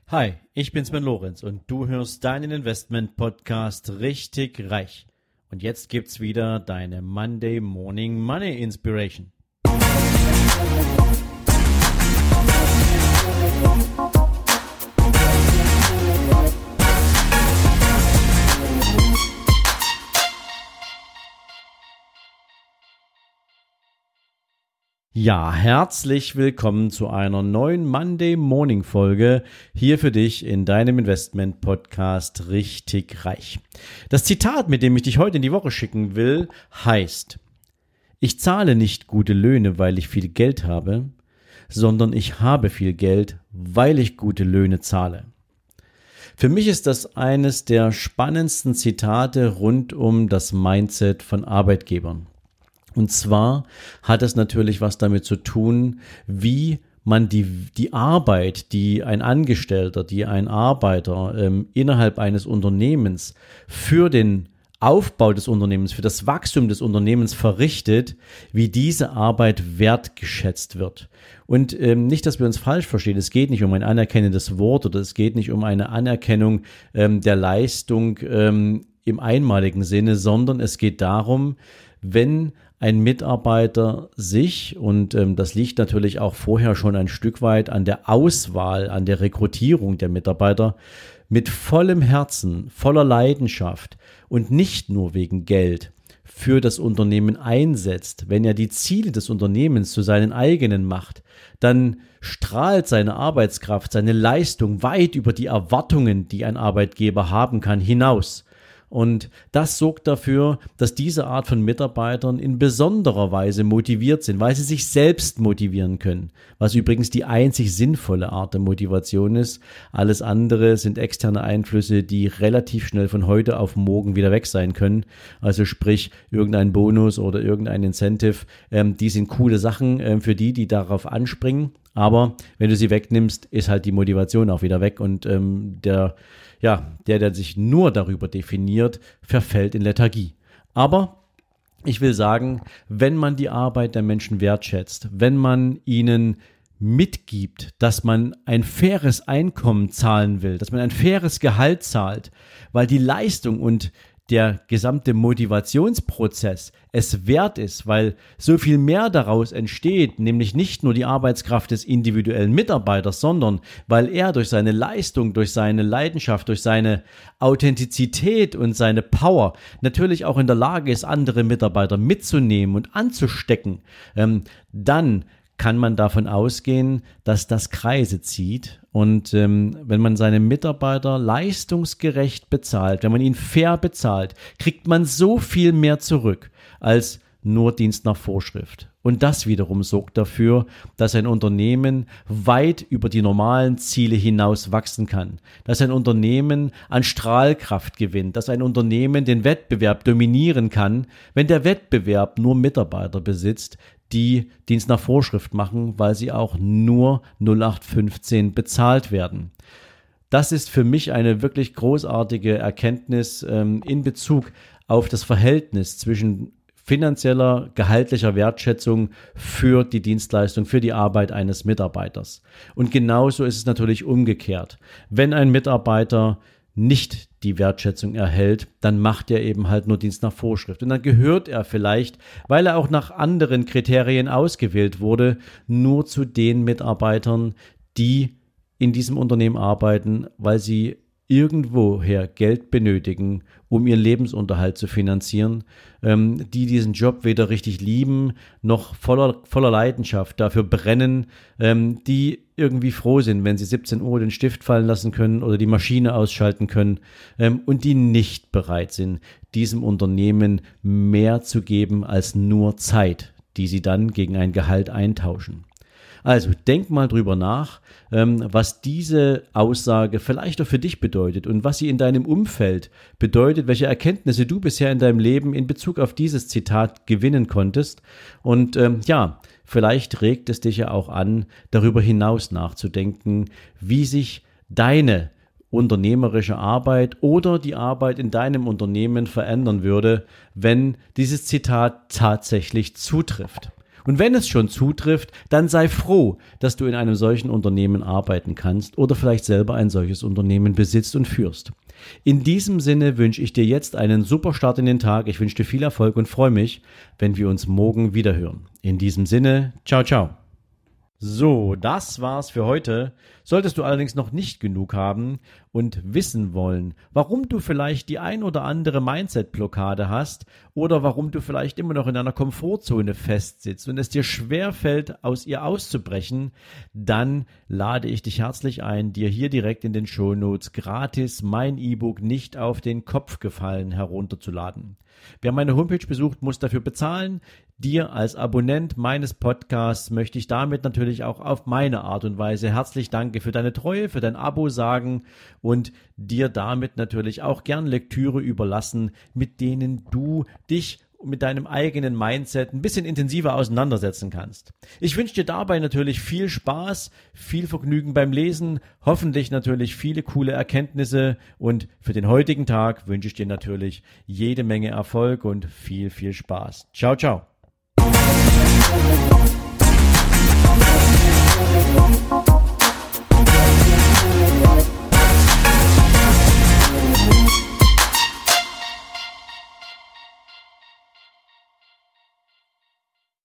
Hi, ich bin Sven Lorenz und du hörst deinen Investment-Podcast Richtig Reich. Und jetzt gibt's wieder deine Monday Morning Money Inspiration. Ja, herzlich willkommen zu einer neuen Monday Morning Folge hier für dich in deinem Investment Podcast Richtig Reich. Das Zitat, mit dem ich dich heute in die Woche schicken will, heißt: Ich zahle nicht gute Löhne, weil ich viel Geld habe, sondern ich habe viel Geld, weil ich gute Löhne zahle. Für mich ist das eines der spannendsten Zitate rund um das Mindset von Arbeitgebern. Und zwar hat es natürlich was damit zu tun, wie man die Arbeit, die ein Angestellter, die ein Arbeiter innerhalb eines Unternehmens für den Aufbau des Unternehmens, für das Wachstum des Unternehmens verrichtet, wie diese Arbeit wertgeschätzt wird. Und nicht, dass wir uns falsch verstehen, es geht nicht um ein anerkennendes Wort oder es geht nicht um eine Anerkennung der Leistung im einmaligen Sinne, sondern es geht darum, wenn ein Mitarbeiter sich, und das liegt natürlich auch vorher schon ein Stück weit an der Auswahl, an der Rekrutierung der Mitarbeiter, mit vollem Herzen, voller Leidenschaft und nicht nur wegen Geld für das Unternehmen einsetzt, wenn er die Ziele des Unternehmens zu seinen eigenen macht, dann strahlt seine Arbeitskraft, seine Leistung weit über die Erwartungen, die ein Arbeitgeber haben kann, hinaus. Und das sorgt dafür, dass diese Art von Mitarbeitern in besonderer Weise motiviert sind, weil sie sich selbst motivieren können, was übrigens die einzig sinnvolle Art der Motivation ist. Alles andere sind externe Einflüsse, die relativ schnell von heute auf morgen wieder weg sein können. Also sprich, irgendein Bonus oder irgendein Incentive, die sind coole Sachen für die darauf anspringen. Aber wenn du sie wegnimmst, ist halt die Motivation auch wieder weg und der sich nur darüber definiert, verfällt in Lethargie. Aber ich will sagen, wenn man die Arbeit der Menschen wertschätzt, wenn man ihnen mitgibt, dass man ein faires Einkommen zahlen will, dass man ein faires Gehalt zahlt, weil die Leistung und der gesamte Motivationsprozess es wert ist, weil so viel mehr daraus entsteht, nämlich nicht nur die Arbeitskraft des individuellen Mitarbeiters, sondern weil er durch seine Leistung, durch seine Leidenschaft, durch seine Authentizität und seine Power natürlich auch in der Lage ist, andere Mitarbeiter mitzunehmen und anzustecken, dann kann man davon ausgehen, dass das Kreise zieht. Und wenn man seine Mitarbeiter leistungsgerecht bezahlt, wenn man ihn fair bezahlt, kriegt man so viel mehr zurück als nur Dienst nach Vorschrift. Und das wiederum sorgt dafür, dass ein Unternehmen weit über die normalen Ziele hinaus wachsen kann, dass ein Unternehmen an Strahlkraft gewinnt, dass ein Unternehmen den Wettbewerb dominieren kann, wenn der Wettbewerb nur Mitarbeiter besitzt, die Dienst nach Vorschrift machen, weil sie auch nur 0815 bezahlt werden. Das ist für mich eine wirklich großartige Erkenntnis in Bezug auf das Verhältnis zwischen finanzieller, gehaltlicher Wertschätzung für die Dienstleistung, für die Arbeit eines Mitarbeiters. Und genauso ist es natürlich umgekehrt. Wenn ein Mitarbeiter nicht die Wertschätzung erhält, dann macht er eben halt nur Dienst nach Vorschrift. Und dann gehört er vielleicht, weil er auch nach anderen Kriterien ausgewählt wurde, nur zu den Mitarbeitern, die in diesem Unternehmen arbeiten, weil sie irgendwoher Geld benötigen, um ihren Lebensunterhalt zu finanzieren, die diesen Job weder richtig lieben, noch voller Leidenschaft dafür brennen, die irgendwie froh sind, wenn sie 17 Uhr den Stift fallen lassen können oder die Maschine ausschalten können, und die nicht bereit sind, diesem Unternehmen mehr zu geben als nur Zeit, die sie dann gegen ein Gehalt eintauschen. Also denk mal drüber nach, was diese Aussage vielleicht auch für dich bedeutet und was sie in deinem Umfeld bedeutet, welche Erkenntnisse du bisher in deinem Leben in Bezug auf dieses Zitat gewinnen konntest. Und vielleicht regt es dich ja auch an, darüber hinaus nachzudenken, wie sich deine unternehmerische Arbeit oder die Arbeit in deinem Unternehmen verändern würde, wenn dieses Zitat tatsächlich zutrifft. Und wenn es schon zutrifft, dann sei froh, dass du in einem solchen Unternehmen arbeiten kannst oder vielleicht selber ein solches Unternehmen besitzt und führst. In diesem Sinne wünsche ich dir jetzt einen super Start in den Tag. Ich wünsche dir viel Erfolg und freue mich, wenn wir uns morgen wieder hören. In diesem Sinne, ciao, ciao. So, das war's für heute. Solltest du allerdings noch nicht genug haben und wissen wollen, warum du vielleicht die ein oder andere Mindset-Blockade hast oder warum du vielleicht immer noch in einer Komfortzone festsitzt und es dir schwerfällt, aus ihr auszubrechen, dann lade ich dich herzlich ein, dir hier direkt in den Shownotes gratis mein E-Book Nicht auf den Kopf gefallen herunterzuladen. Wer meine Homepage besucht, muss dafür bezahlen. Dir als Abonnent meines Podcasts möchte ich damit natürlich auch auf meine Art und Weise herzlich danke für deine Treue, für dein Abo sagen und dir damit natürlich auch gern Lektüre überlassen, mit denen du dich mit deinem eigenen Mindset ein bisschen intensiver auseinandersetzen kannst. Ich wünsche dir dabei natürlich viel Spaß, viel Vergnügen beim Lesen, hoffentlich natürlich viele coole Erkenntnisse und für den heutigen Tag wünsche ich dir natürlich jede Menge Erfolg und viel, viel Spaß. Ciao, ciao.